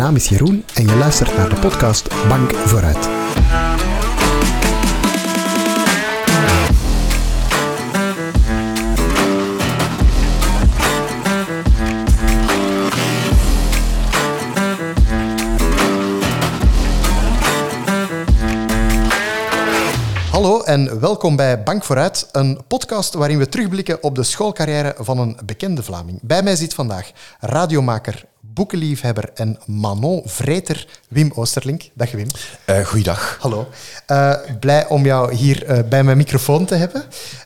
naam is Jeroen en je luistert naar de podcast Bank Vooruit. Hallo en welkom bij Bank Vooruit, een podcast waarin we terugblikken op de schoolcarrière van een bekende Vlaming. Bij mij zit vandaag radiomaker, boekenliefhebber en Manon-vreter Wim Oosterlink. Dag Wim. Goeiedag. Hallo. Blij om jou hier bij mijn microfoon te hebben.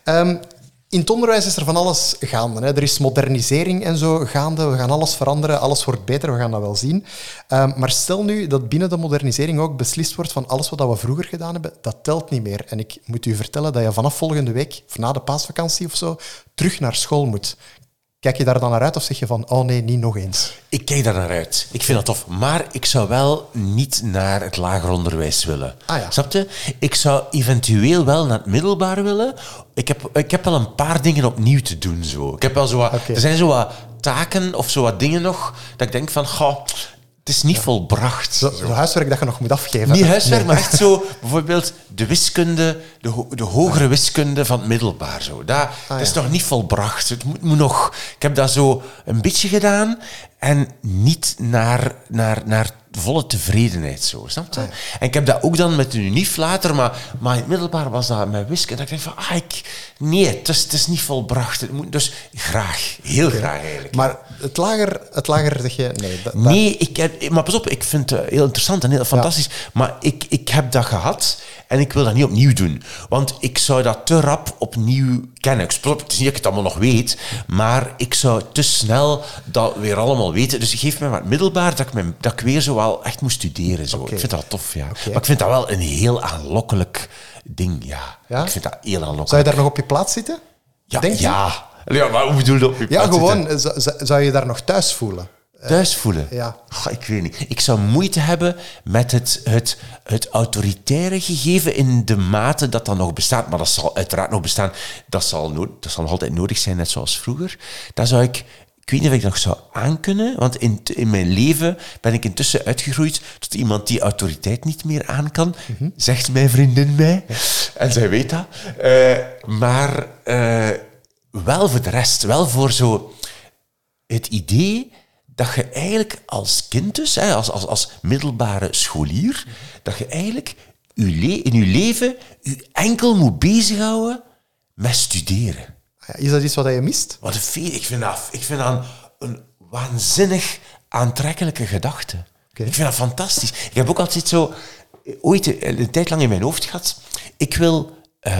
In het onderwijs is er van alles gaande. Hè. Er is modernisering en zo gaande. We gaan alles veranderen, alles wordt beter, we gaan dat wel zien. Maar stel nu dat binnen de modernisering ook beslist wordt van alles wat we vroeger gedaan hebben, dat telt niet meer. En ik moet u vertellen dat je vanaf volgende week, of na de paasvakantie of zo, terug naar school moet. Kijk je daar dan naar uit of zeg je van, oh nee, niet nog eens? Ik kijk daar naar uit. Ik vind dat tof. Maar ik zou wel niet naar het lager onderwijs willen. Ah, ja. Snap je? Ik zou eventueel wel naar het middelbaar willen. Ik heb wel een paar dingen opnieuw te doen. Zo. Ik heb wel zo wat, Okay. Er zijn zo wat taken of zo wat dingen nog, dat ik denk van, goh, het is niet volbracht. Zo huiswerk dat je nog moet afgeven. Niet huiswerk, maar echt zo, bijvoorbeeld de wiskunde, de hogere wiskunde van het middelbaar. Zo. Dat is nog niet volbracht. Het moet nog... Ik heb dat zo een beetje gedaan en niet naar volle tevredenheid. Zo, snap je? Ja. En ik heb dat ook dan met een unief later, maar in het middelbaar was dat met wiskunde. Dat ik denk van, nee, het is niet volbracht. Het moet dus graag, heel graag eigenlijk. Maar het lager zeg je... Nee, maar pas op, ik vind het heel interessant en heel fantastisch. Maar ik heb dat gehad en ik wil dat niet opnieuw doen. Want ik zou dat te rap opnieuw kennen. Het is niet dat ik het allemaal nog weet, maar ik zou te snel dat weer allemaal weten. Dus geef mij maar het middelbaar dat ik weer zo wel echt moet studeren. Zo. Okay. Ik vind dat tof, ja. Okay. Maar ik vind dat wel een heel aanlokkelijk ding, ja. Ja? Ik vind dat heel aanlokkelijk. Zou je daar nog op je plaats zitten? Ja, Denk je? ja. Ja, maar hoe bedoel je op je Ja, plaats gewoon. zitten? Zou je daar nog thuis voelen? Thuis voelen? Ja. Ik weet niet. Ik zou moeite hebben met het autoritaire gegeven in de mate dat dat nog bestaat. Maar dat zal uiteraard nog bestaan. Dat zal nog altijd nodig zijn, net zoals vroeger. Dat zou ik weet niet of ik dat nog zou aankunnen. Want in mijn leven ben ik intussen uitgegroeid tot iemand die autoriteit niet meer aan kan. Zegt mijn vriendin mij. Ja. En zij weet dat. Maar wel voor de rest. Wel voor zo het idee dat je eigenlijk als kind dus, als middelbare scholier, dat je eigenlijk in je leven je enkel moet bezighouden met studeren. Is dat iets wat je mist? Wat ik vind dat een waanzinnig aantrekkelijke gedachte. Okay. Ik vind dat fantastisch. Ik heb ook altijd zo, ooit een tijd lang in mijn hoofd gehad, ik wil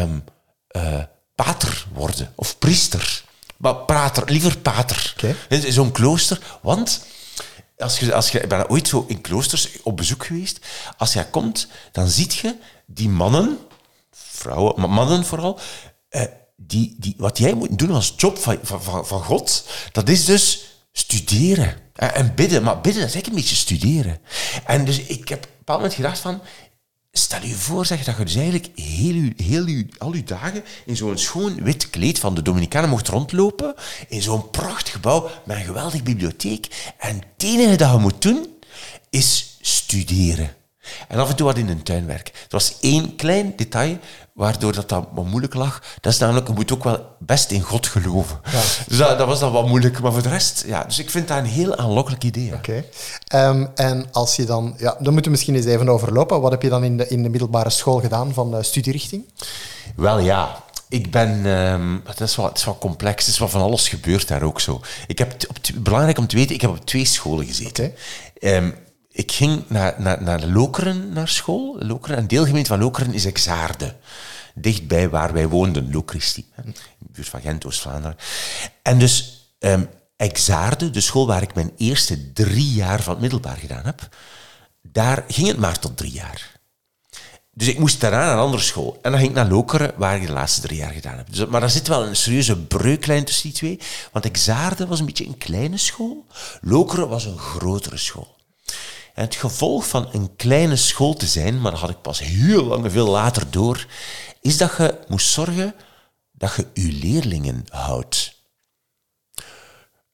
pater worden, of priester. Maar liever pater. Okay. Zo'n klooster. Want ik ben ooit zo in kloosters op bezoek geweest. Als jij komt, dan zie je die mannen, vrouwen, maar mannen vooral, wat jij moet doen als job van God, dat is dus studeren. En bidden. Maar bidden, dat is eigenlijk een beetje studeren. En dus ik heb op een bepaald moment gedacht van, stel je voor dat je dus eigenlijk al je dagen in zo'n schoon wit kleed van de Dominicanen mocht rondlopen, in zo'n prachtig gebouw met een geweldige bibliotheek. En het enige dat je moet doen, is studeren. En af en toe wat in een tuin werken. Er was één klein detail waardoor dat wat moeilijk lag. Dat is namelijk, je moet ook wel best in God geloven. Ja. Dus dat was dan wat moeilijk. Maar voor de rest, ja. Dus ik vind dat een heel aanlokkelijk idee. Ja. Oké. En als je dan... Ja, dan moeten we misschien eens even overlopen. Wat heb je dan in de middelbare school gedaan van de studierichting? Wel ja, ik ben... het is wat complex. Het is wat van alles gebeurd daar ook zo. Belangrijk om te weten, ik heb op 2 scholen gezeten. Okay. Ik ging naar Lokeren naar school. Lokeren, een deelgemeente van Lokeren is Exaarde. Dichtbij waar wij woonden, Locristi. In de buurt van Gent, Oost-Vlaanderen. En dus Exaarde, de school waar ik mijn eerste 3 jaar van het middelbaar gedaan heb, daar ging het maar tot 3 jaar. Dus ik moest daarna naar een andere school. En dan ging ik naar Lokeren, waar ik de laatste 3 jaar gedaan heb. Dus, maar daar zit wel een serieuze breuklijn tussen die twee. Want Exaarde was een beetje een kleine school. Lokeren was een grotere school. En het gevolg van een kleine school te zijn, maar dat had ik pas heel lang en veel later door, is dat je moest zorgen dat je je leerlingen houdt.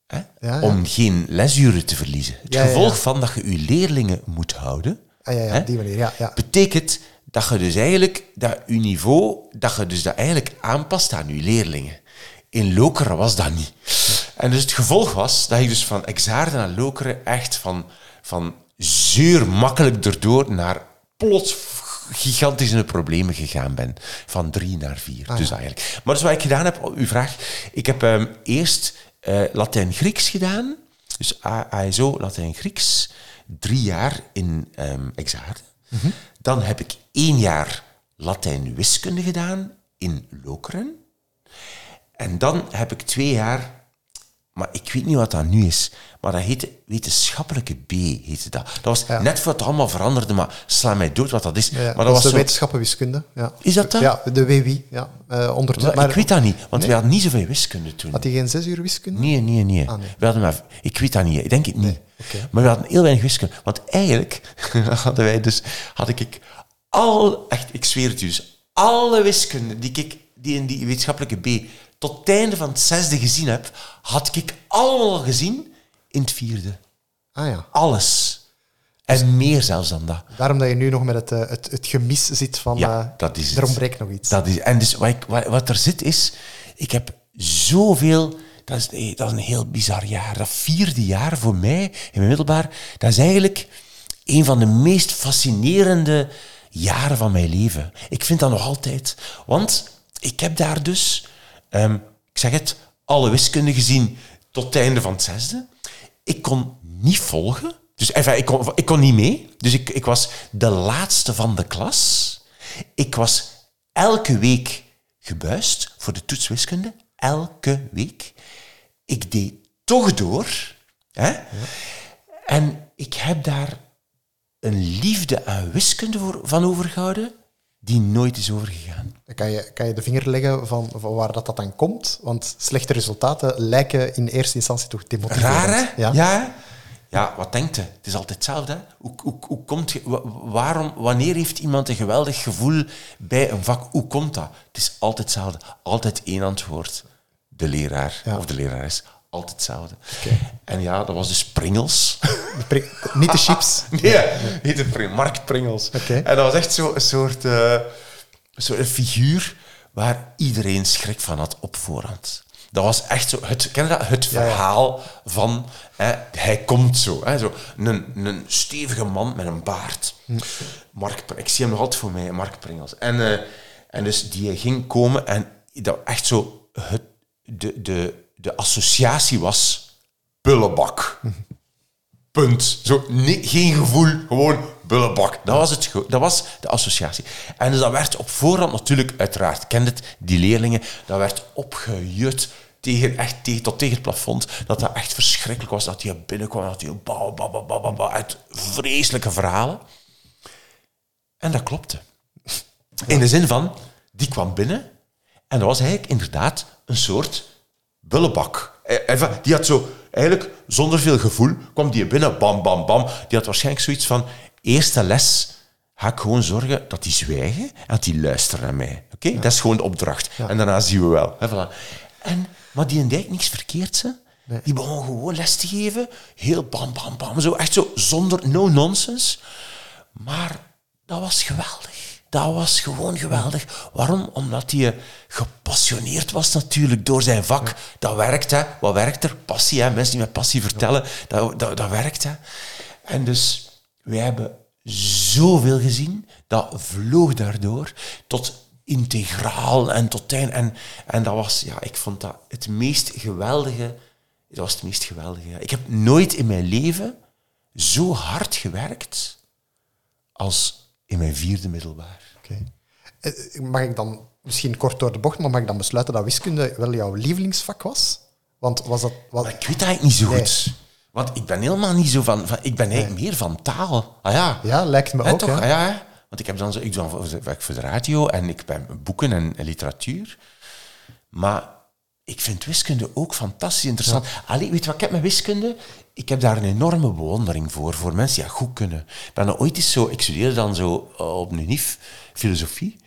om geen lesuren te verliezen. Het gevolg van dat je je leerlingen moet houden, die manier, ja. betekent dat je dus eigenlijk dat je niveau, dat je dus dat eigenlijk aanpast aan je leerlingen. In Lokeren was dat niet. En dus het gevolg was dat ik dus van Exaarden naar Lokeren echt van zeer makkelijk erdoor naar plots gigantische problemen gegaan ben. Van 3 naar 4. Dus eigenlijk. Maar dus wat ik gedaan heb, op uw vraag, ik heb eerst Latijn-Grieks gedaan. Dus ASO, Latijn-Grieks. 3 jaar in Exaarden. Mm-hmm. Dan heb ik 1 jaar Latijn-Wiskunde gedaan in Lokeren. En dan heb ik 2 jaar... Maar ik weet niet wat dat nu is. Maar dat heette wetenschappelijke B. Heette dat. Dat was net voor het allemaal veranderde, maar sla mij dood wat dat is. Ja, maar dat was de wetenschappenwiskunde. Ja. Is dat dat? Ja, de WWI. Ja. Maar ik weet dat niet, want we hadden niet zoveel wiskunde toen. Had hij geen 6 uur wiskunde? Nee. We hadden maar... Ik weet dat niet, ik denk het niet. Nee. Okay. Maar we hadden heel weinig wiskunde. Want eigenlijk had ik ik zweer het u, dus alle wiskunde die in die wetenschappelijke B tot het einde van het 6e gezien heb, had ik allemaal gezien in het 4e. Ah ja. Alles. En meer zelfs dan dat. Daarom dat je nu nog met het gemis zit van... Ja, dat is het. Er ontbreekt nog iets. En dus wat er zit is... Ik heb zoveel... Dat is een heel bizar jaar. Dat 4e jaar voor mij, in mijn middelbaar, dat is eigenlijk een van de meest fascinerende jaren van mijn leven. Ik vind dat nog altijd. Want ik heb daar dus... ik zeg het, alle wiskunde gezien tot het einde van het 6e. Ik kon niet volgen. Dus ik kon niet mee. Dus ik was de laatste van de klas. Ik was elke week gebuist voor de toets wiskunde. Elke week. Ik deed toch door. Hè? Ja. En ik heb daar een liefde aan wiskunde van overgehouden die nooit is overgegaan. Kan je de vinger leggen van waar dat dan komt? Want slechte resultaten lijken in eerste instantie toch demotiverend. Raar, hè? Ja. Ja, wat denkt je? Het is altijd hetzelfde. Hè? Hoe komt je, wanneer heeft iemand een geweldig gevoel bij een vak? Hoe komt dat? Het is altijd hetzelfde. Altijd één antwoord. De leraar of de lerares. Altijd hetzelfde. Okay. En ja, dat was dus Pringles. Niet de chips? Nee, niet de Pringles. Mark Pringles. Okay. En dat was echt zo'n soort figuur waar iedereen schrik van had op voorhand. Dat was echt zo... Ken je dat? Het verhaal van... hij komt zo. Zo een stevige man met een baard. Ik zie hem nog altijd voor mij, Mark Pringles. En dus die ging komen en dat echt zo... De associatie was... Bullebak. Punt. Zo, geen gevoel, gewoon bullebak. Dat was de associatie. En dus dat werd op voorhand natuurlijk, uiteraard, kende het, die leerlingen, dat werd opgejut tot tegen het plafond. Dat echt verschrikkelijk was, dat hij binnenkwam, dat hij uit vreselijke verhalen. En dat klopte. In de zin van, die kwam binnen en dat was eigenlijk inderdaad een soort bullebak. Die had zo... Eigenlijk, zonder veel gevoel, kwam die binnen, bam, bam, bam. Die had waarschijnlijk zoiets van... Eerste les ga ik gewoon zorgen dat die zwijgen en dat die luisteren naar mij. Oké? Ja. Dat is gewoon de opdracht. Ja. En daarna zien we wel. Voilà. Maar die deed niks verkeerd. Nee. Die begon gewoon les te geven. Heel bam, bam, bam. Zo, echt zo, zonder no nonsense. Maar dat was geweldig. Dat was gewoon geweldig. Waarom? Omdat hij gepassioneerd was natuurlijk door zijn vak. Ja. Dat werkt, hè. Wat werkt er? Passie, hè. Mensen die met passie vertellen. Dat werkt, hè. En dus, wij hebben zoveel gezien. Dat vloog daardoor tot integraal en tot eind. En dat was, ik vond dat het meest geweldige. Dat was het meest geweldige. Ik heb nooit in mijn leven zo hard gewerkt als in mijn 4e middelbaar. Okay. Mag ik dan, misschien kort door de bocht, maar mag ik dan besluiten dat wiskunde wel jouw lievelingsvak was? Want was dat... Maar ik weet dat eigenlijk niet zo goed. Want ik ben helemaal niet zo van ik ben eigenlijk meer van taal. Ah ja. Ja, lijkt me ook. Toch? Ah, ja. Want ik doe dan voor de radio en ik ben boeken en literatuur. Maar ik vind wiskunde ook fantastisch interessant. Ja. Allee, weet je wat ik heb met wiskunde? Ik heb daar een enorme bewondering voor mensen die dat goed kunnen. Ik studeerde dan zo op een UNIF filosofie.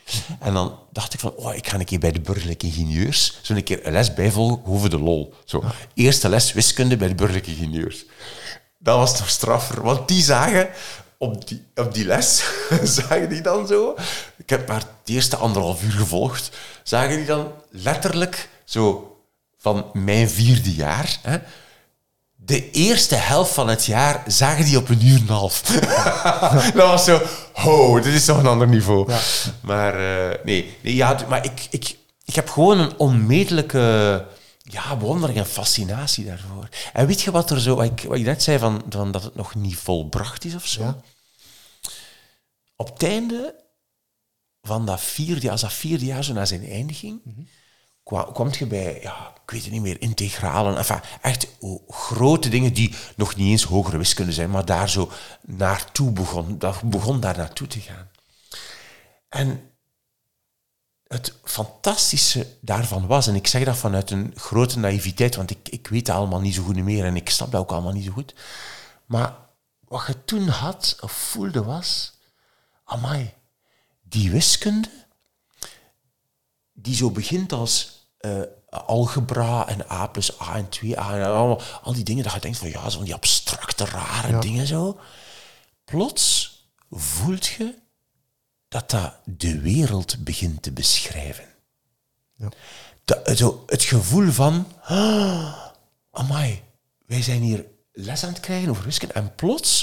En dan dacht ik van, ik ga een keer bij de burgerlijke ingenieurs zo een keer een les bijvolgen over de lol. Zo. Eerste les wiskunde bij de burgerlijke ingenieurs. Dat was nog straffer, want die zagen op die les, zagen die dan zo... Ik heb maar het eerste 1,5 uur gevolgd. Zagen die dan letterlijk zo van mijn 4e jaar... Hè, de eerste helft van het jaar zagen die op 1,5 uur. Dat was zo... dit is toch een ander niveau. Ja. Maar maar ik heb gewoon een onmetelijke bewondering en fascinatie daarvoor. En weet je wat er zo... Wat ik net zei, van dat het nog niet volbracht is of zo? Ja. Op het einde van dat 4e jaar, als dat 4e jaar zo naar zijn einde ging... kwam je bij, ik weet het niet meer, integralen. Enfin, echt grote dingen die nog niet eens hogere wiskunde zijn, maar daar zo naartoe begon daar naartoe te gaan. En het fantastische daarvan was, en ik zeg dat vanuit een grote naïviteit, want ik weet het allemaal niet zo goed meer en ik snap dat ook allemaal niet zo goed. Maar wat je toen had of voelde was, amai, die wiskunde, die zo begint als algebra en A plus A en 2A en al die dingen dat je denkt van zo die abstracte, rare dingen zo. Plots voelt je dat de wereld begint te beschrijven. Ja. Zo het gevoel van, amai, wij zijn hier les aan het krijgen over wiskunde en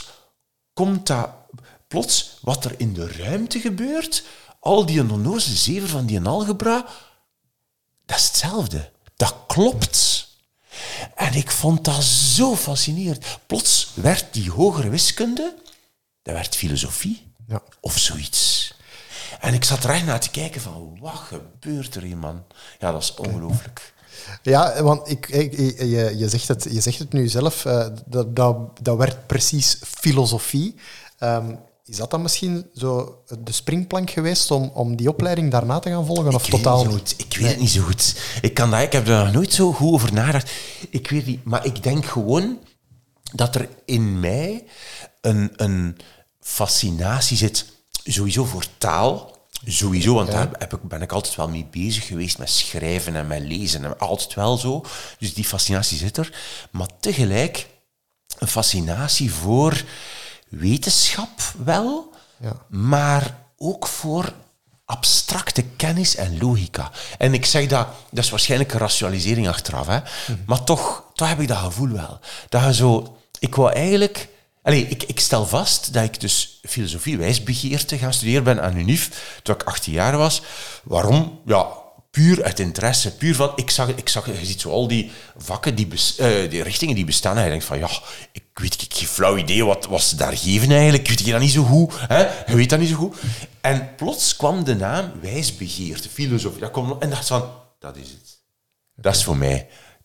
plots wat er in de ruimte gebeurt, al die onnozele zeven van die algebra, dat is hetzelfde. Dat klopt. En ik vond dat zo fascinerend. Plots werd die hogere wiskunde, dat werd filosofie of zoiets. En ik zat er echt naar te kijken van, wat gebeurt er hier, man? Ja, dat is ongelooflijk. Ja, want je zegt het nu zelf, dat werd precies filosofie. Is dat dan misschien zo de springplank geweest om die opleiding daarna te gaan volgen, of totaal niet? Ik weet het niet zo goed. Ik heb er nog nooit zo goed over nagedacht. Ik weet niet, maar ik denk gewoon dat er in mij een fascinatie zit, sowieso voor taal. Sowieso, want daar ben ik altijd wel mee bezig geweest, met schrijven en met lezen. En altijd wel zo. Dus die fascinatie zit er. Maar tegelijk een fascinatie voor wetenschap wel, maar ook voor abstracte kennis en logica. En ik zeg dat is waarschijnlijk een rationalisering achteraf, hè? Maar toch heb ik dat gevoel wel. Dat je zo... Ik wou eigenlijk... Ik stel vast dat ik dus filosofie wijsbegeerte gaan studeren ben aan UNIF, toen ik 18 jaar was. Waarom? Ja, puur uit interesse. Puur van... Ik zag je ziet zo al die vakken, die richtingen die bestaan. En je denkt van, ik heb geen flauw idee wat ze daar geven eigenlijk. Ik weet dat niet zo goed. Hè? Je weet dat niet zo goed. En plots kwam de naam wijsbegeerte, filosofie. En dacht van, dat is het. Dat is voor mij.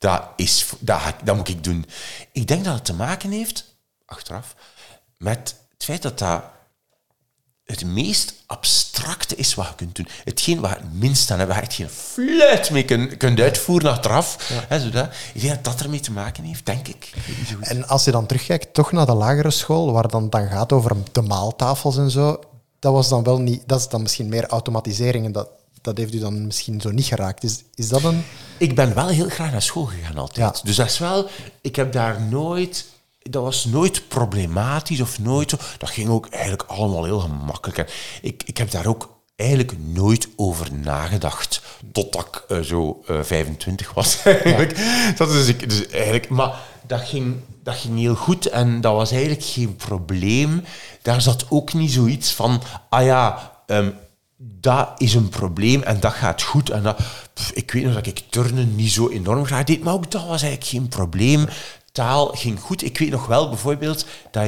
Dat moet ik doen. Ik denk dat het te maken heeft, achteraf, met het feit dat het meest abstracte is wat je kunt doen. Hetgeen waar je het minst aan hebt, waar je geen fluit mee kunt uitvoeren achteraf. Ja. Hè, zodat. Ik denk dat ermee te maken heeft, denk ik. En als je dan terugkijkt, toch naar de lagere school, waar dan gaat over de maaltafels en zo, dat was dan wel niet... Dat is dan misschien meer automatisering en dat heeft u dan misschien zo niet geraakt. Is dat een... Ik ben wel heel graag naar school gegaan altijd. Ja. Dus dat is wel... Ik heb daar nooit... Dat was nooit problematisch of nooit zo. Dat ging ook eigenlijk allemaal heel gemakkelijk. En ik heb daar ook eigenlijk nooit over nagedacht. Totdat ik zo 25 was. Eigenlijk. Ja. Dat is dus eigenlijk... Maar dat ging heel goed en dat was eigenlijk geen probleem. Daar zat ook niet zoiets van... dat is een probleem en dat gaat goed. En ik weet nog dat ik turnen niet zo enorm graag deed, maar ook dat was eigenlijk geen probleem. Taal ging goed. Ik weet nog wel bijvoorbeeld dat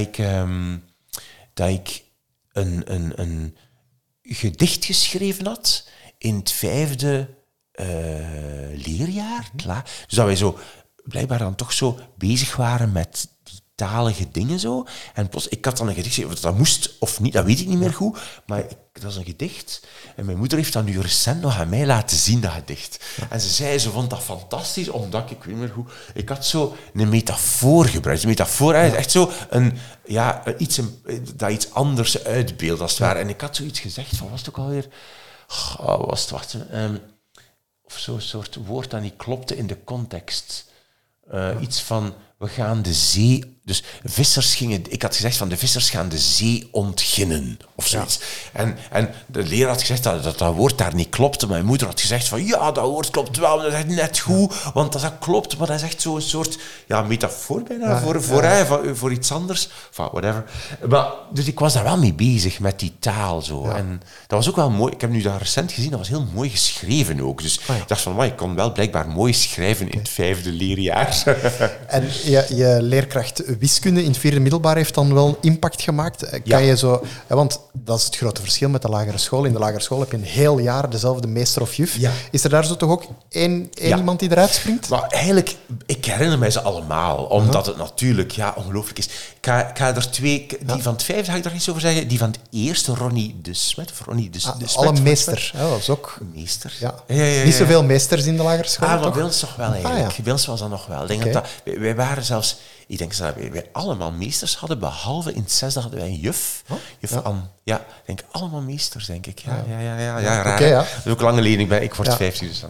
ik een gedicht geschreven had in het 5e leerjaar. Dus dat wij zo blijkbaar dan toch zo bezig waren met die talige dingen zo. En plots, ik had dan een gedicht geschreven, of dat moest of niet, dat weet ik niet meer goed, maar dat was een gedicht. En mijn moeder heeft dat nu recent nog aan mij laten zien, dat gedicht. En ze vond dat fantastisch, omdat ik weet niet meer hoe... Ik had zo een metafoor gebruikt. Een metafoor, echt zo iets dat iets anders uitbeeldt, als het ware. En ik had zoiets gezegd van, was het ook alweer... Wat was het? Wacht. Of zo'n soort woord dat niet klopte in de context. Iets van, we gaan de zee... Dus vissers gingen... Ik had gezegd van, de vissers gaan de zee ontginnen. Of zoiets. Ja. En de leraar had gezegd dat woord daar niet klopte. Maar mijn moeder had gezegd van, ja, dat woord klopt wel. Dat is echt net goed. Want dat klopt. Maar dat is echt zo'n soort metafoor bijna voor iets anders. Enfin, whatever. Maar, dus ik was daar wel mee bezig, met die taal. Zo. Ja. En dat was ook wel mooi. Ik heb nu dat recent gezien. Dat was heel mooi geschreven ook. Dus ik dacht van, ik kon wel blijkbaar mooi schrijven in het 5e leerjaar. En je leerkracht wiskunde in het 4e middelbaar heeft dan wel impact gemaakt. Kan je zo... Want dat is het grote verschil met de lagere school. In de lagere school heb je een heel jaar dezelfde meester of juf. Ja. Is er daar zo toch ook één iemand die eruit springt? Maar eigenlijk, ik herinner mij ze allemaal. Omdat het natuurlijk ongelooflijk is. Ik ga er 2... Die van het 5e ga ik daar iets over zeggen. Die van het eerste, Ronnie de Smet. Alle meester. Dat is ook... Meester. Ja. Niet zoveel meesters in de lagere school, maar bij ons toch wel eigenlijk. Bij ons was dat nog wel. Ik denk dat wij waren zelfs... Ik denk dat wij allemaal meesters hadden, behalve in het 6e hadden wij een juf. Juf Anne. Ja, ik denk allemaal meesters, denk ik. Ja, raar. Okay, dat is ook lang geleden. Ik word 50, dus lang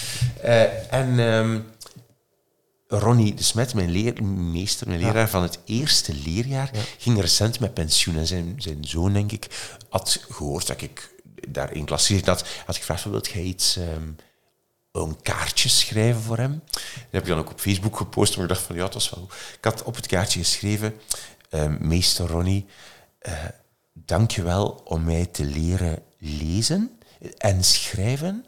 geleden. Ronnie de Smet, mijn leraar van het eerste leerjaar, ging recent met pensioen. En zijn zoon, denk ik, had gehoord dat ik daar in klas gezeten had gevraagd, wilt jij iets... een kaartje schrijven voor hem. Dat heb ik dan ook op Facebook gepost, maar ik dacht van, dat was wel... Ik had op het kaartje geschreven, meester Ronnie, dank je wel om mij te leren lezen en schrijven.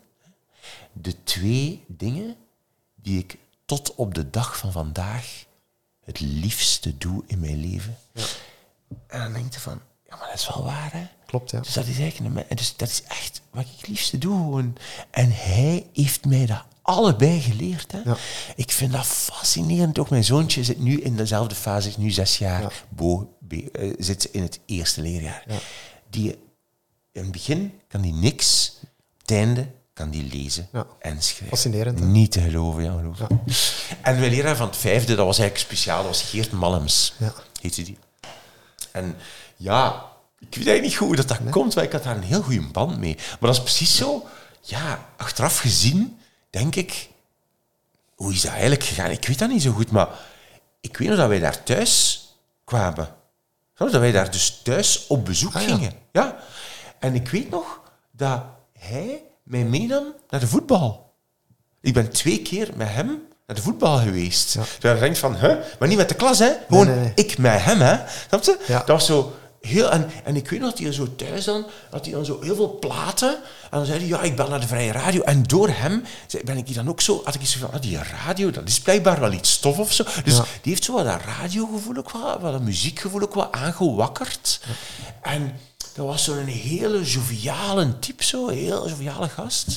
De 2 dingen die ik tot op de dag van vandaag het liefste doe in mijn leven. Ja. En dan denk je van, maar dat is wel waar, hè? Klopt, ja. Dus dat is eigenlijk dat is echt wat ik het liefste doe. En hij heeft mij dat allebei geleerd. Hè. Ja. Ik vind dat fascinerend. Ook mijn zoontje zit nu in dezelfde fase, is nu 6 jaar. Ja. Zit in het eerste leerjaar. Ja. Die, in het begin kan die niks. Op het einde kan die lezen en schrijven. Fascinerend. Hè? Niet te geloven, ja. En mijn leraar van het 5e, dat was eigenlijk speciaal. Dat was Geert Malms, heette die. En ja... Ik weet eigenlijk niet goed hoe dat komt, maar ik had daar een heel goede band mee. Maar dat is precies zo... Ja, achteraf gezien, denk ik... Hoe is dat eigenlijk gegaan? Ik weet dat niet zo goed, maar... Ik weet nog dat wij daar thuis kwamen. Dat wij daar dus thuis op bezoek gingen. Ja. En ik weet nog dat hij mij meenam naar de voetbal. Ik ben 2 keer met hem naar de voetbal geweest. Ja. Dus je denkt van... Maar niet met de klas, hè. Gewoon nee. Ik met hem, hè. Snap je? Ja. Dat was zo... En ik weet nog dat hij zo thuis dan, had hij dan zo heel veel platen. En dan zei hij, ik bel naar de Vrije Radio. En door hem ben ik dan ook zo, had ik iets van, die radio, dat is blijkbaar wel iets tof of zo. Dus die heeft zo wat dat radiogevoel ook wat dat muziekgevoel ook wat aangewakkerd. Ja. En dat was zo'n hele joviale type, zo, een heel joviale gast.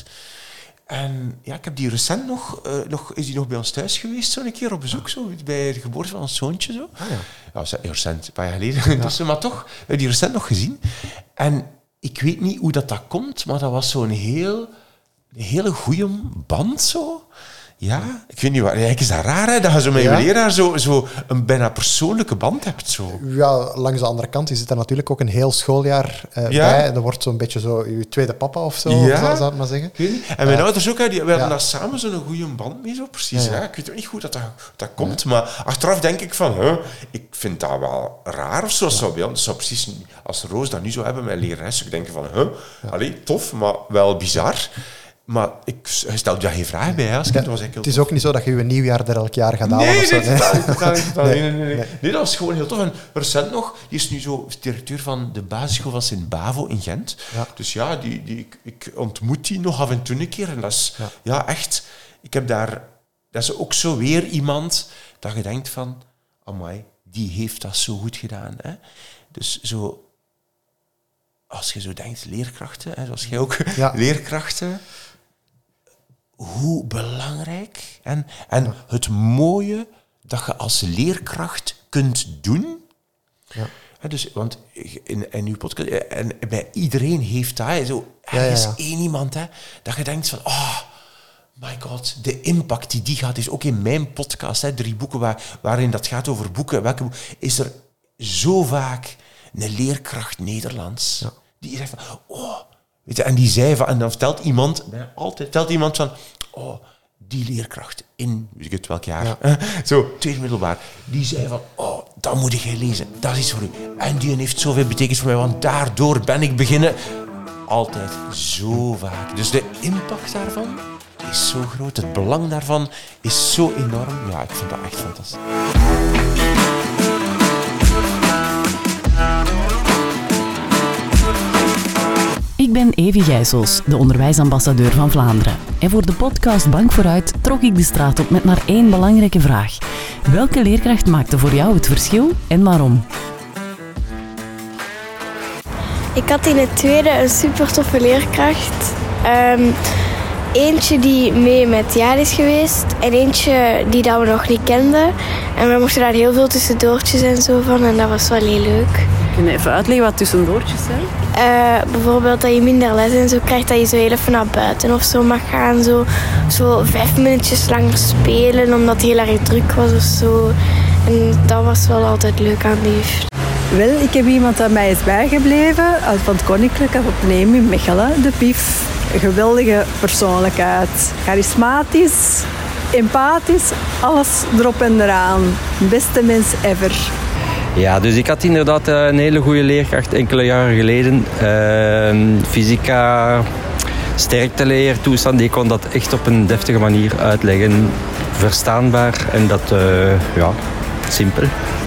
En ik heb die recent is die nog bij ons thuis geweest, zo een keer op bezoek, zo, bij de geboorte van ons zoontje. Zo. Dat is recent, een paar jaar geleden. Dus, maar toch, we hebben die recent nog gezien. En ik weet niet hoe dat komt, maar dat was zo'n hele goede band, zo. Ja, ik weet niet wat. Eigenlijk is dat raar, hè, dat je zo met je leraar zo een bijna persoonlijke band hebt. Zo. Ja, langs de andere kant is het natuurlijk ook een heel schooljaar bij. Dat wordt zo'n beetje zo je tweede papa of zo, zou ik maar zeggen. En mijn ouders ook, we hadden daar samen zo'n goede band mee, zo precies. Ja. Ik weet ook niet goed dat komt, maar achteraf denk ik van, ik vind dat wel raar of zo. Dat zou precies, als Roos dat nu zou hebben met lerares, ik denk van, allee, tof, maar wel bizar. Maar ik stel je geen vraag bij. Hè, als het is ook niet zo dat je je nieuwjaar er elk jaar gaat halen. Nee, dat was gewoon heel tof. En recent nog, die is nu zo directeur van de basisschool van Sint-Bavo in Gent. Ja. Dus ik ontmoet die nog af en toe een keer. En dat is echt... Ik heb daar... Dat is ook zo weer iemand dat je denkt van... Amai, die heeft dat zo goed gedaan. Hè? Dus zo... Als je zo denkt, leerkrachten, hè, zoals jij ook, leerkrachten... Hoe belangrijk en het mooie dat je als leerkracht kunt doen. Ja. Dus, want in uw podcast, en bij iedereen heeft dat, zo ergens één iemand, hè, dat je denkt van, my god, de impact die gaat, is ook in mijn podcast, 3 boeken waarin dat gaat over boeken, is er zo vaak een leerkracht Nederlands, die zegt van, Weet je, en die zei van... En dan vertelt iemand van... Oh, die leerkracht in... Weet ik het welk jaar? Ja. Zo, tweede middelbaar. Die zei van... Oh, dat moet ik lezen. Dat is iets voor u. En die heeft zoveel betekenis voor mij. Want daardoor ben ik beginnen... Altijd zo vaak. Dus de impact daarvan is zo groot. Het belang daarvan is zo enorm. Ja, ik vind dat echt fantastisch. Ik ben Evie Gijsels, de onderwijsambassadeur van Vlaanderen. En voor de podcast Bank Vooruit trok ik de straat op met maar één belangrijke vraag. Welke leerkracht maakte voor jou het verschil en waarom? Ik had in het tweede een super toffe leerkracht. Eentje die mee met het jaar is geweest en eentje die dat we nog niet kenden. En we moesten daar heel veel tussendoortjes en zo van en dat was wel heel leuk. Kun je even uitleggen wat tussendoortjes zijn? Bijvoorbeeld dat je minder les en zo krijgt, dat je zo heel even naar buiten of zo mag gaan. Zo 5 minuutjes langer spelen omdat het heel erg druk was of zo. En dat was wel altijd leuk aan die juf. Wel, ik heb iemand dat mij is bijgebleven uit van het Koninklijke Atheneum in Mechelen, de Pief. Een geweldige persoonlijkheid. Charismatisch, empathisch, alles erop en eraan. Beste mens ever. Ja, dus ik had inderdaad een hele goede leerkracht enkele jaren geleden. Fysica, sterkteleertoestand, die kon dat echt op een deftige manier uitleggen. Verstaanbaar en dat, simpel.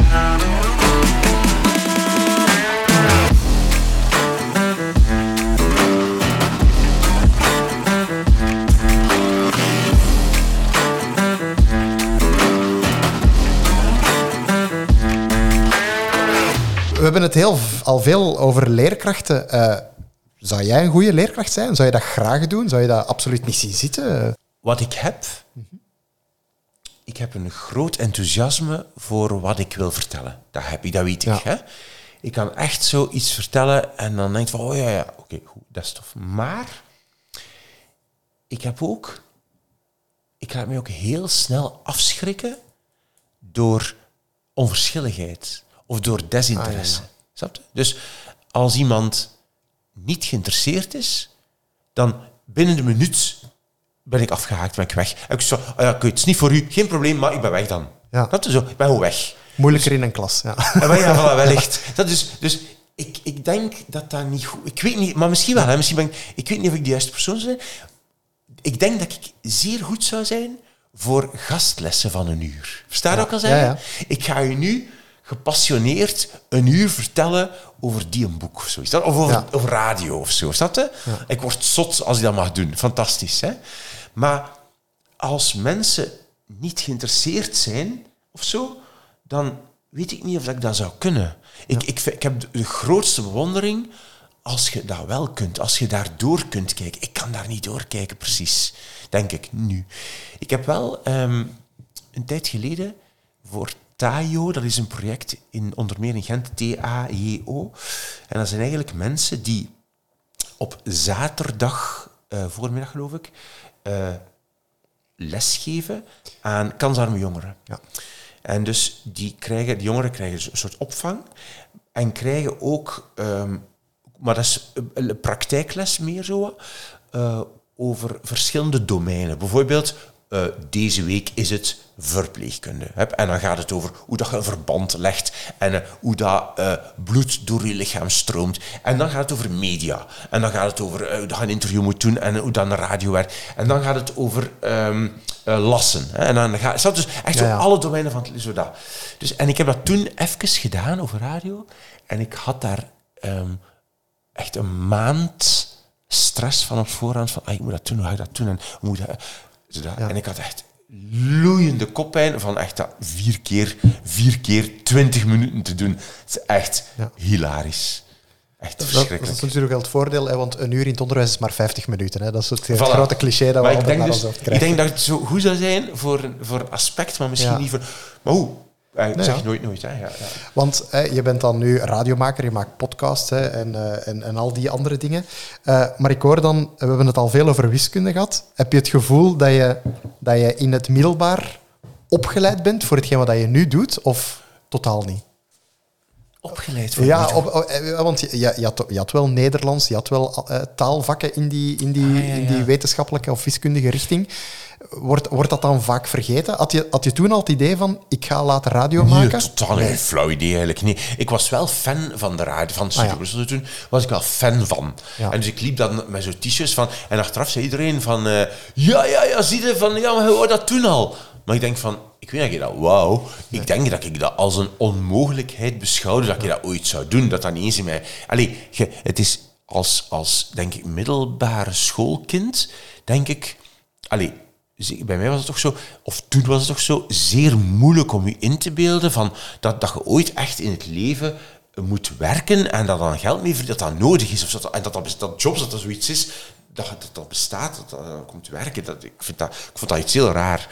We hebben het al veel over leerkrachten. Zou jij een goede leerkracht zijn? Zou je dat graag doen? Zou je dat absoluut niet zien zitten? Wat ik heb... Ik heb een groot enthousiasme voor wat ik wil vertellen. Dat heb ik, dat weet ik. Hè? Ik kan echt zoiets vertellen en dan denk ik van... Oh ja, oké, goed, dat is tof. Maar ik laat me ook heel snel afschrikken door onverschilligheid. Of door desinteresse. Snap je? Dus als iemand niet geïnteresseerd is, dan binnen de minuut ben ik afgehaakt, ben ik weg. En ik zo, het is niet voor u, geen probleem, maar ik ben weg dan. Ja. Dat is zo, ik ben gewoon weg. Moeilijker in een klas, ja. Voilà, wellicht. Dus ik denk dat niet goed... Ik weet niet, maar misschien wel. Hè, ik weet niet of ik de juiste persoon zou zijn. Ik denk dat ik zeer goed zou zijn voor gastlessen van 1 uur. Versta je wat ik al zeggen? Ja. Ik ga je nu gepassioneerd 1 uur vertellen over die een boek of zoiets. Of over radio of zo. Snap je? Ja. Ik word zot als ik dat mag doen. Fantastisch, hè? Maar als mensen niet geïnteresseerd zijn of zo, dan weet ik niet of ik dat zou kunnen. Ja. Ik heb de grootste bewondering als je dat wel kunt. Als je daar door kunt kijken. Ik kan daar niet doorkijken, precies. Denk ik nu. Ik heb wel een tijd geleden voor TAJO, dat is een project onder meer in Gent, TAJO. En dat zijn eigenlijk mensen die op zaterdag, voormiddag geloof ik, lesgeven aan kansarme jongeren. Ja. En dus die jongeren krijgen een soort opvang en krijgen ook, maar dat is een praktijkles meer zo, over verschillende domeinen. Bijvoorbeeld, deze week is het verpleegkunde. En dan gaat het over hoe dat je een verband legt en hoe dat bloed door je lichaam stroomt. En dan gaat het over media. En dan gaat het over hoe dat je een interview moet doen en hoe dan de radio werkt. En dan gaat het over lassen. En dan gaat het dus echt zo alle domeinen van het zo. Dus, en ik heb dat toen even gedaan over radio. En ik had daar echt een maand stress van op voorhand. Van, ik moet dat doen, hoe ga ik dat doen? En hoe moet dat... En ik had echt loeiende koppijn van echt dat 4 keer 20 minuten te doen. Het is echt hilarisch. Echt verschrikkelijk. Dat is natuurlijk wel het voordeel, hè, want 1 uur in het onderwijs is maar 50 minuten. Hè. Dat is het grote cliché dat we altijd naar ons hoofd krijgen. Ik denk dat het zo goed zou zijn voor aspect, maar misschien niet voor... Maar hoe? Zeg nooit. Hè. Ja. Want je bent dan nu radiomaker, je maakt podcasts en al die andere dingen. Maar ik hoor dan, we hebben het al veel over wiskunde gehad. Heb je het gevoel dat je in het middelbaar opgeleid bent voor hetgeen wat je nu doet, of totaal niet? opgeleid voor Ja, radio? want je had wel Nederlands, je had wel taalvakken in die wetenschappelijke of wiskundige richting. Wordt dat dan vaak vergeten? Had je toen al het idee van, ik ga later radio maken? Nee, totaal geen flauw idee eigenlijk. Nee. Ik was wel fan van de radio, van Studio Brussel toen. Was ik wel fan van. Ja. En dus ik liep dan met zo'n t-shirts van... En achteraf zei iedereen van... ja, zie je van... Ja, maar hoe hoorde dat toen al? Maar ik denk van... Ik weet niet dat wauw. Ik denk dat ik dat als een onmogelijkheid beschouwde, dat ik dat ooit zou doen. Dat niet eens in mij... Allee, het is als denk ik, middelbare schoolkind, denk ik... Allee, bij mij was het toch zo, of toen was het toch zo, zeer moeilijk om je in te beelden van dat je ooit echt in het leven moet werken en dat dan geld mee verdient, dat nodig is. Of en dat jobs, dat zoiets is, dat bestaat, dat komt werken. Ik vond dat iets heel raar.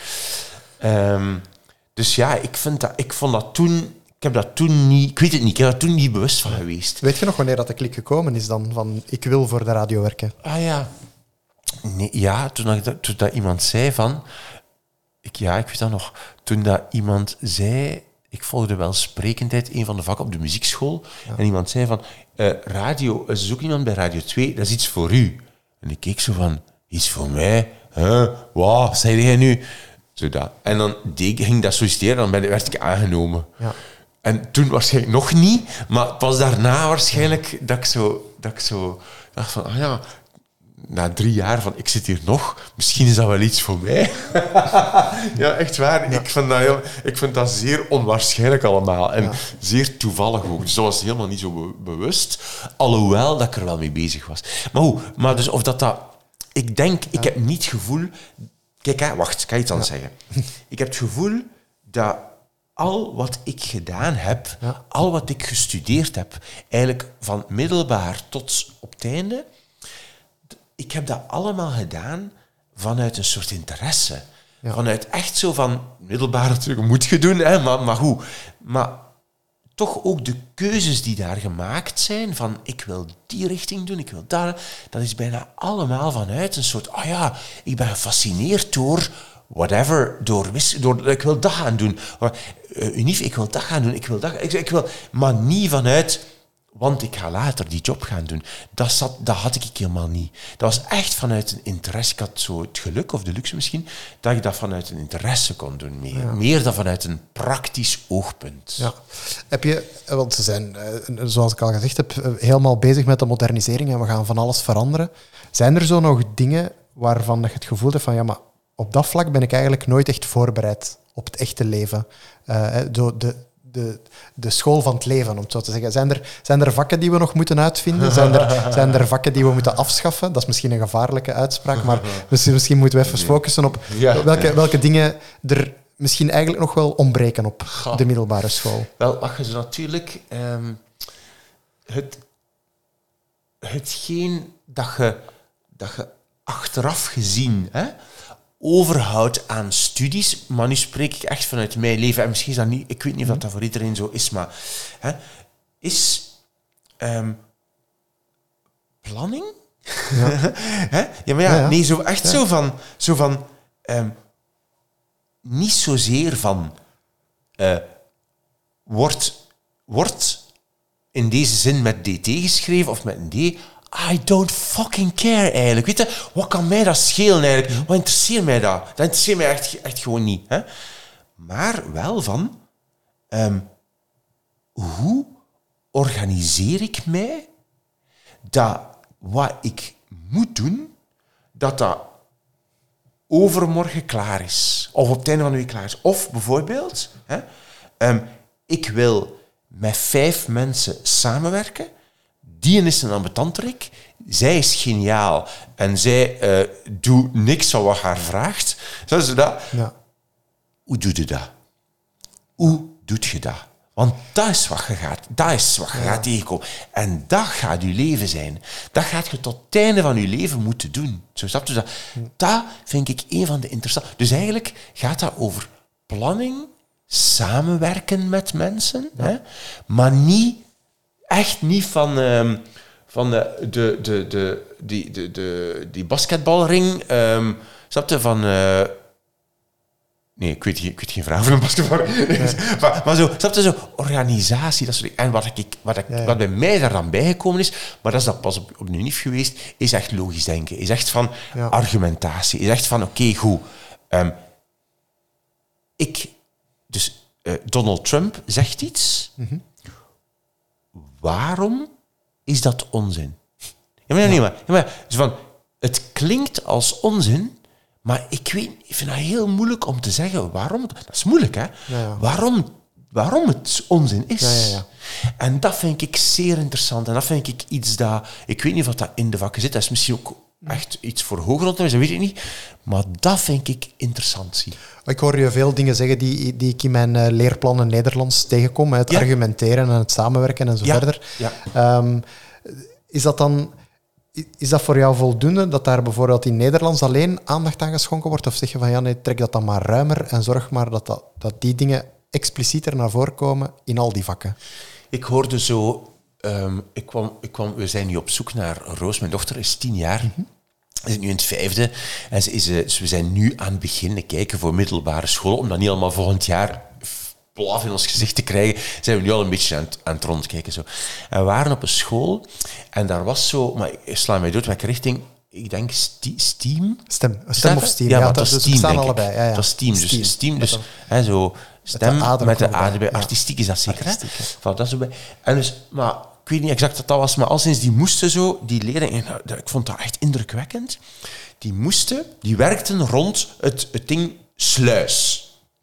Dus ja, ik vond dat toen... Ik heb dat toen niet... Ik weet het niet, ik heb daar toen niet bewust van geweest. Weet je nog wanneer dat de klik gekomen is dan? Van, ik wil voor de radio werken. Ah ja. Nee, ja, toen dat iemand zei van... Ik weet dat nog. Toen dat iemand zei... Ik volgde wel sprekendheid, een van de vakken op de muziekschool. Ja. En iemand zei van... radio, er is ook iemand bij Radio 2, dat is iets voor u. En ik keek zo van... Iets voor mij? Wat zei jij nu? Zodat. En dan ging dat solliciteren, dan werd ik aangenomen. Ja. En toen waarschijnlijk nog niet, maar pas daarna waarschijnlijk dat ik zo dacht van, na 3 jaar van, ik zit hier nog, misschien is dat wel iets voor mij. Ja, echt waar. Ja. Ik vind dat zeer onwaarschijnlijk allemaal. En zeer toevallig ook. Dus dat was helemaal niet zo bewust. Alhoewel dat ik er wel mee bezig was. Maar hoe? Maar dus of dat... Ik denk, ik heb niet het gevoel... Kijk, wacht, ik ga iets anders zeggen. Ik heb het gevoel dat al wat ik gedaan heb, al wat ik gestudeerd heb, eigenlijk van middelbaar tot op het einde, ik heb dat allemaal gedaan vanuit een soort interesse. Ja. Vanuit echt zo van, middelbaar natuurlijk moet je doen, hè, maar hoe? Maar toch ook de keuzes die daar gemaakt zijn, van ik wil die richting doen, ik wil daar, dat is bijna allemaal vanuit een soort, ik ben gefascineerd door whatever, door ik wil dat gaan doen. Unief, ik wil dat gaan doen, ik wil, maar niet vanuit, want ik ga later die job gaan doen. Dat had ik helemaal niet. Dat was echt vanuit een interesse. Ik had zo het geluk, of de luxe misschien, dat ik dat vanuit een interesse kon doen. Meer dan vanuit een praktisch oogpunt. Ja. Heb je, want ze zijn, zoals ik al gezegd heb, helemaal bezig met de modernisering en we gaan van alles veranderen. Zijn er zo nog dingen waarvan je het gevoel hebt van, ja, maar op dat vlak ben ik eigenlijk nooit echt voorbereid op het echte leven? De school van het leven, om het zo te zeggen. Zijn er vakken die we nog moeten uitvinden? Zijn er vakken die we moeten afschaffen? Dat is misschien een gevaarlijke uitspraak, maar misschien moeten we even focussen op welke dingen er misschien eigenlijk nog wel ontbreken op de middelbare school. Wel, ach, dus natuurlijk... hetgeen dat je achteraf gezien... overhoud aan studies, maar nu spreek ik echt vanuit mijn leven, en misschien is dat niet, ik weet niet of dat voor iedereen zo is, maar is planning? Ja. Nee, zo echt zo van niet zozeer van wordt in deze zin met DT geschreven of met een D. I don't fucking care eigenlijk. Weet je, wat kan mij dat schelen eigenlijk? Wat interesseert mij dat? Dat interesseert mij echt gewoon niet. Hè? Maar wel van... hoe organiseer ik mij dat wat ik moet doen, dat overmorgen klaar is? Of op het einde van de week klaar is? Of bijvoorbeeld... ik wil met 5 mensen samenwerken. Die is een ambetanterik. Zij is geniaal. En zij doet niks van wat haar vraagt. Zo is dat. Ja. Hoe doe je dat? Hoe doe je dat? Want dat is wat je gaat tegenkomen. En dat gaat je leven zijn. Dat gaat je tot het einde van je leven moeten doen. Zo snap je dat? Dat vind ik een van de interessante... Dus eigenlijk gaat dat over planning, samenwerken met mensen, maar niet... Echt niet van die basketbalring. Snap je? Van Nee, ik weet geen vraag van een basketbal. Nee. Maar zo, snap je, zo, organisatie, dat soort dingen. En wat bij mij daar dan bijgekomen is, maar dat is dan pas op de NIF geweest, is echt logisch denken. Is echt van argumentatie. Is echt van, oké, goed. Donald Trump zegt iets. Mm-hmm. Waarom is dat onzin? Het klinkt als onzin, maar ik vind het heel moeilijk om te zeggen waarom. Dat is moeilijk, hè? Ja. Waarom het onzin is. Ja. En dat vind ik zeer interessant. En dat vind ik iets dat... Ik weet niet of dat in de vakken zit. Dat is misschien ook echt iets voor hoger onderwijs, dat weet ik niet. Maar dat vind ik interessant. Zie. Ik hoor je veel dingen zeggen die ik in mijn leerplannen Nederlands tegenkom. Het argumenteren en het samenwerken en zo verder. Ja. Is dat voor jou voldoende, dat daar bijvoorbeeld in Nederlands alleen aandacht aan geschonken wordt? Of zeg je van, nee, trek dat dan maar ruimer en zorg maar dat die dingen explicieter naar voren komen in al die vakken? Ik hoorde zo... we zijn nu op zoek naar Roos. Mijn dochter is 10 jaar. Mm-hmm. Ze zit nu in het 5e. En we zijn nu aan het beginnen kijken voor middelbare school, om dat niet allemaal volgend jaar blaf in ons gezicht te krijgen, zijn we nu al een beetje aan het rondkijken. Zo. En we waren op een school en daar was zo... Maar ik sla mij dood, welke richting... Ik denk STEAM. Stem of STEAM. Ja, dat was STEAM, staan allebei. Ja. Dat was STEAM. Dus STEAM, dus zo... Stem met de ader bij. Artistiek is dat zeker, hè? Dat is zo bij. En dus, maar ik weet niet exact wat dat was, maar al sinds die moesten zo, die leerlingen, ik vond dat echt indrukwekkend, die werkten rond het ding sluis.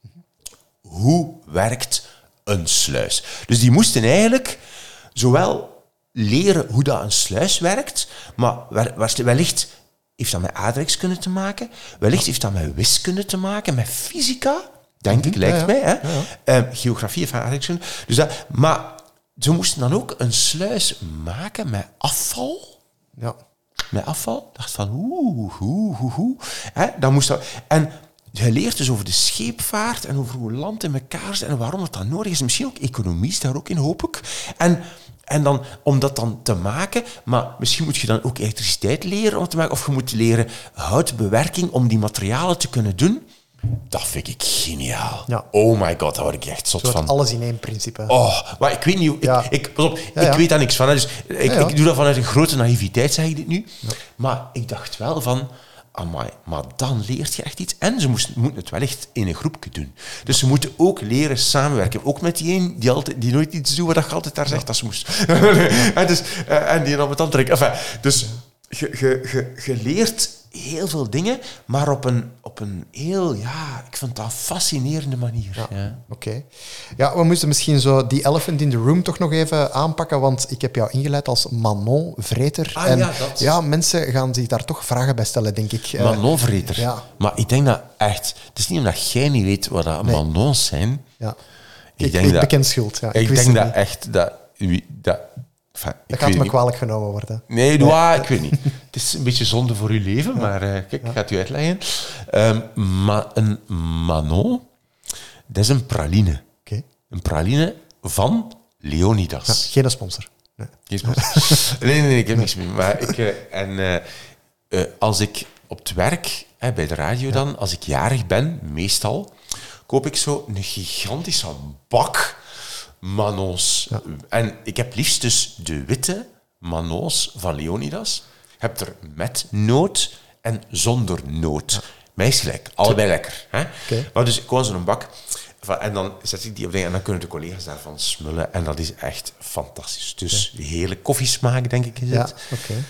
Hoe werkt een sluis? Dus die moesten eigenlijk zowel leren hoe dat een sluis werkt, maar wellicht heeft dat met aardrijkskunde te maken, wellicht heeft dat met wiskunde te maken, met fysica, denk ik, lijkt mij. Hè? Ja. Geografie van aardrijkskunde. Dus maar ze moesten dan ook een sluis maken met afval. Ja. Met afval. Ik dacht van, hoe. Dan moest dat... En je leert dus over de scheepvaart en over hoe land in elkaar zit en waarom het dan nodig is. Misschien ook economie is daar ook in, hoop ik. En dan, om dat dan te maken, maar misschien moet je dan ook elektriciteit leren om te maken, of je moet leren houtbewerking om die materialen te kunnen doen. Dat vind ik geniaal. Ja. Oh my god, daar word ik echt zot van. Alles in één principe. Oh, maar ik weet niet... Pas op, ik weet daar niks van. Hè, dus ik doe dat vanuit een grote naïviteit, zeg ik dit nu. Ja. Maar ik dacht wel van... Amai, maar dan leert je echt iets. En ze moeten het wellicht in een groepje doen. Dus ze moeten ook leren samenwerken. Ook met die een die nooit iets doet wat je altijd daar zegt dat ze moest. En die dan met andere... Enfin, dus je leert heel veel dingen, maar op een heel... Ja, ik vind dat een fascinerende manier. Ja. Oké. Ja, we moeten misschien zo die elephant in the room toch nog even aanpakken, want ik heb jou ingeleid als Manon-vreter. En mensen gaan zich daar toch vragen bij stellen, denk ik. Manon-vreter? Ja. Maar ik denk dat echt... Het is niet omdat jij niet weet wat dat Manons zijn. Ja. Ik beken schuld. Ja. Ik denk dat echt... Dat gaat me kwalijk genomen worden. Nee, ik weet niet. Het is een beetje zonde voor uw leven, maar kijk, ik ga het u uitleggen. Een Manon, dat is een praline. Okay. Een praline van Leonidas. Ja, geen sponsor. Nee. Geen sponsor. Nee, ik heb niks meer. Maar als ik op het werk, bij de radio dan, als ik jarig ben, meestal, koop ik zo een gigantische bak Manons. Ja. En ik heb liefst dus de witte Manons van Leonidas. Je hebt er met noot en zonder noot. Ja. Mij is gelijk. Allebei lekker. Hè? Okay. Maar dus ik koos zo'n bak. En dan zet ik die op dingen en dan kunnen de collega's daarvan smullen. En dat is echt fantastisch. Dus heerlijk koffiesmaak, denk ik, is het. Ja, oké.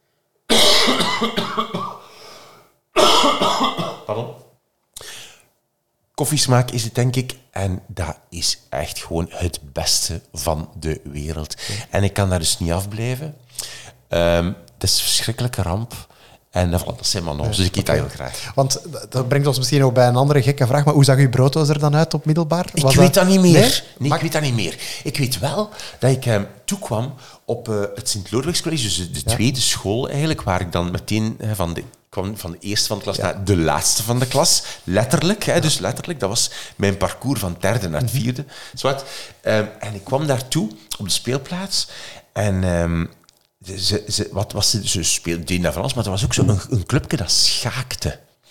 Pardon? Koffiesmaak is het, denk ik. En dat is echt gewoon het beste van de wereld. Okay. En ik kan daar dus niet afblijven. Het is een verschrikkelijke ramp. En dat zijn Manons, dus ik eet dat heel graag. Want dat brengt ons misschien ook bij een andere gekke vraag. Maar hoe zag uw brooddoos er dan uit op middelbaar? Ik weet dat niet meer. Nee, ik weet dat niet meer. Ik weet wel dat ik toekwam op het Sint-Lodewijkscollege, dus de tweede school eigenlijk, waar ik dan meteen kwam van de eerste van de klas naar de laatste van de klas. Letterlijk, dus letterlijk. Dat was mijn parcours van het derde naar het vierde. En ik kwam daartoe op de speelplaats. En ze speelden, deden dat van alles, maar er was ook zo'n een clubje dat schaakte. Ja.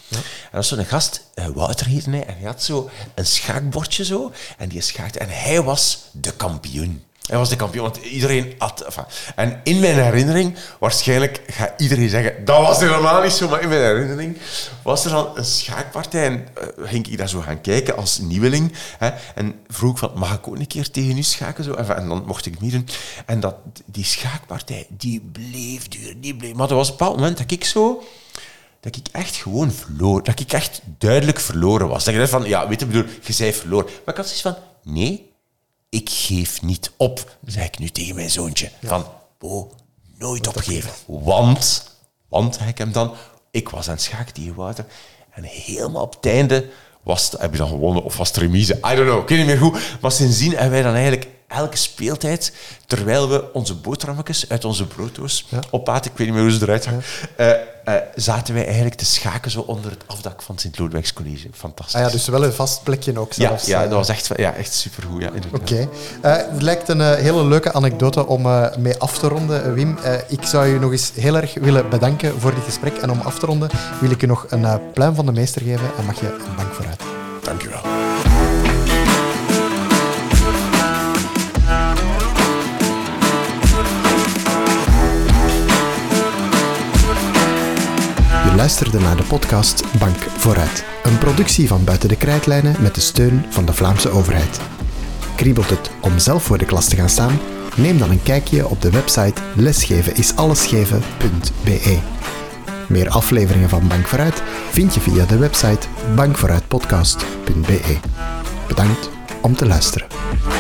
En dat was zo'n gast, Wouter heette hij, en hij had zo een schaakbordje zo, en die schaakte. En hij was de kampioen. Hij was de kampioen, want iedereen had... En in mijn herinnering, waarschijnlijk gaat iedereen zeggen, dat was helemaal niet zo, maar in mijn herinnering was er dan een schaakpartij en ging ik daar zo gaan kijken als nieuweling. Hè, en vroeg ik van, mag ik ook een keer tegen u schaken? Zo? En dan mocht ik meedoen. En die schaakpartij, die bleef duren, Maar er was een bepaald moment dat ik echt gewoon verloor. Dat ik echt duidelijk verloren was. Dat ik dacht van, ja, weet je, bedoel, je zei verloren. Maar ik had zoiets van, nee, ik geef niet op, zei ik nu tegen mijn zoontje. Ja. Van, Bo, nooit opgeven. Want, zei ik hem dan, ik was aan het schaken tegen Wouter. En helemaal op het einde heb je dan gewonnen of was het remise. I don't know, ik weet niet meer goed. Maar sindsdien hebben wij dan eigenlijk elke speeltijd, terwijl we onze boterhammetjes uit onze brooddoos opaten, ik weet niet meer hoe ze eruit zagen, zaten wij eigenlijk te schaken zo onder het afdak van het Sint-Lodewijks College. Fantastisch. Dus wel een vast plekje ook zelfs. Ja, dat was echt supergoed. Ja, Oké. Het lijkt een hele leuke anekdote om mee af te ronden, Wim. Ik zou je nog eens heel erg willen bedanken voor dit gesprek. En om af te ronden wil ik je nog een pluim van de meester geven en mag je een bank vooruit. Dank je wel. Je luisterde naar de podcast Bank Vooruit. Een productie van Buiten de Krijtlijnen met de steun van de Vlaamse overheid. Kriebelt het om zelf voor de klas te gaan staan? Neem dan een kijkje op de website lesgevenisallesgeven.be. Meer afleveringen van Bank Vooruit vind je via de website bankvooruitpodcast.be. Bedankt om te luisteren.